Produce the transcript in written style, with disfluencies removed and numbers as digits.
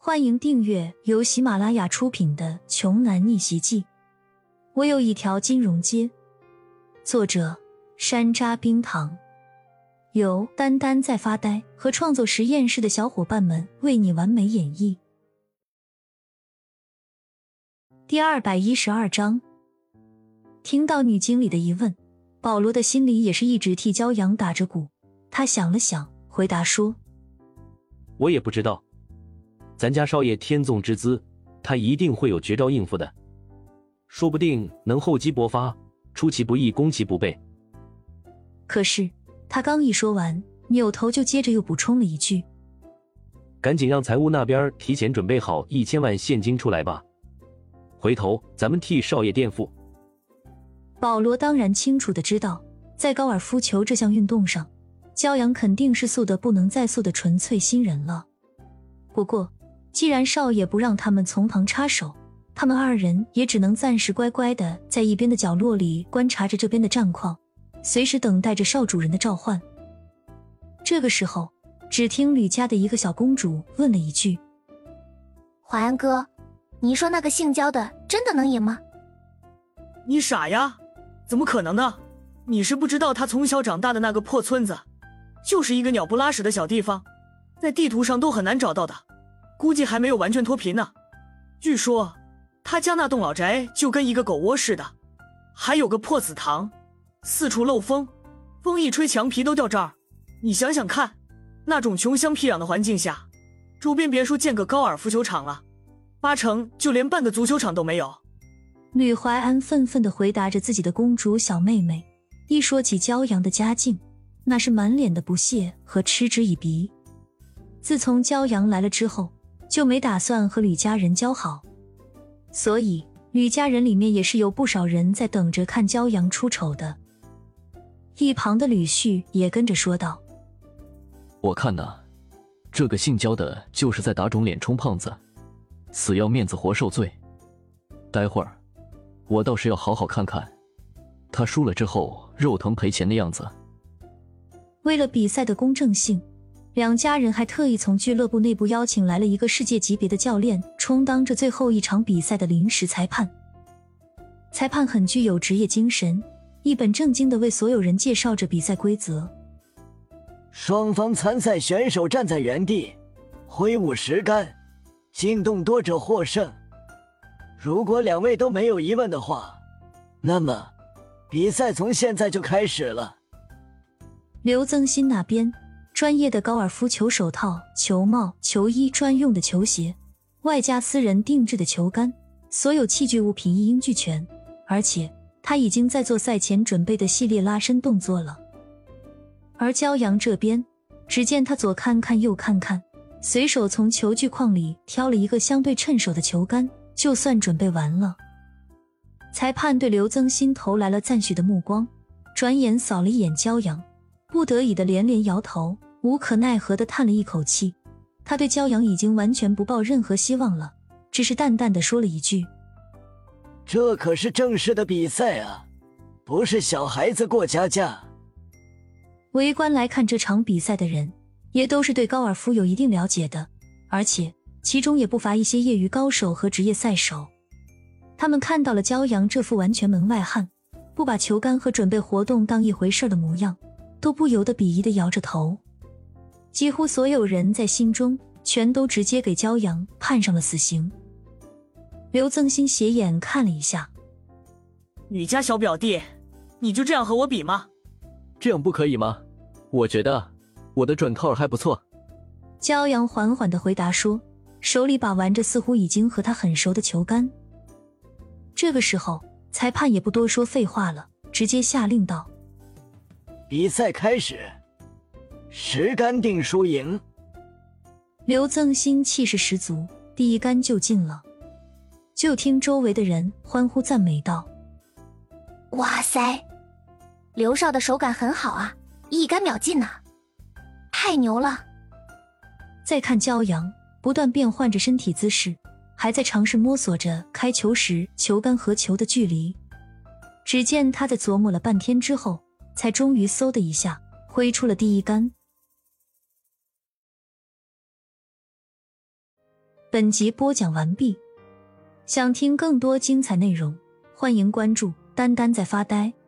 欢迎订阅由喜马拉雅出品的《穷男逆袭记》。我有一条金融街。作者山楂冰糖，由丹丹在发呆和创作实验室的小伙伴们为你完美演绎。第212章。听到女经理的疑问，保罗的心里也是一直替骄阳打着鼓。他想了想，回答说： 我也不知道，咱家少爷天纵之资，他一定会有绝招应付的，说不定能厚积薄发，出其不意，攻其不备。 可是他刚一说完，扭头就接着又补充了一句： 赶紧让财务那边提前准备好1000万现金出来吧，回头咱们替少爷垫付。 保罗当然清楚地知道，在高尔夫球这项运动上，骄阳肯定是速得不能再速的纯粹新人了。不过既然少爷不让他们从旁插手，他们二人也只能暂时乖乖地在一边的角落里观察着这边的战况，随时等待着少主人的召唤。这个时候，只听吕家的一个小公主问了一句： 华安哥，你说那个姓焦的真的能赢吗？ 你傻呀，怎么可能呢？你是不知道他从小长大的那个破村子，就是一个鸟不拉屎的小地方，在地图上都很难找到的，估计还没有完全脱贫呢。据说他家那栋老宅就跟一个狗窝似的，还有个破祠堂，四处漏风，风一吹墙皮都掉这儿。你想想看，那种穷乡僻壤的环境下，周边别说建个高尔夫球场了，8成就连半个足球场都没有。 吕怀安愤愤地回答着自己的公主小妹妹，一说起骄阳的家境，那是满脸的不屑和嗤之以鼻。自从骄阳来了之后，就没打算和吕家人交好，所以吕家人里面也是有不少人在等着看骄阳出丑的。一旁的吕旭也跟着说道： 我看呢，这个姓焦的就是在打肿脸充胖子，死要面子活受罪。待会儿我倒是要好好看看他输了之后肉疼赔钱的样子。 为了比赛的公正性，两家人还特意从俱乐部内部邀请来了一个世界级别的教练，充当着最后一场比赛的临时裁判。裁判很具有职业精神，一本正经地为所有人介绍着比赛规则。 双方参赛选手站在原地，挥舞实杆，进洞多者获胜。如果两位都没有疑问的话，那么比赛从现在就开始了。 刘增新那边，专业的高尔夫球手套、球帽、球衣、专用的球鞋，外加私人定制的球杆，所有器具物品一应俱全，而且他已经在做赛前准备的系列拉伸动作了。而骄阳这边，只见他左看看右看看，随手从球具框里挑了一个相对趁手的球杆，就算准备完了。裁判对刘增新投来了赞许的目光，转眼扫了一眼骄阳，不得已的连连摇头，无可奈何地叹了一口气。他对骄阳已经完全不抱任何希望了，只是淡淡地说了一句： 这可是正式的比赛啊，不是小孩子过家家。 围观来看这场比赛的人也都是对高尔夫有一定了解的，而且其中也不乏一些业余高手和职业赛手。他们看到了骄阳这副完全门外汉，不把球杆和准备活动当一回事的模样，都不由得鄙夷地摇着头。几乎所有人在心中全都直接给骄阳判上了死刑。刘增新斜眼看了一下， 吕家小表弟，你就这样和我比吗？ 这样不可以吗？我觉得我的转扣还不错。 骄阳缓缓地回答说，手里把玩着似乎已经和他很熟的球杆。这个时候裁判也不多说废话了，直接下令道： 比赛开始，实杆定输赢。 刘增新气势十足，第一杆就进了。就听周围的人欢呼赞美道： 哇塞，刘少的手感很好啊，一杆秒进啊，太牛了。 再看骄阳不断变换着身体姿势，还在尝试摸索着开球时球杆和球的距离。只见他在琢磨了半天之后，才终于嗖的一下挥出了第一杆。 本集播讲完毕。想听更多精彩内容，欢迎关注丹丹在发呆。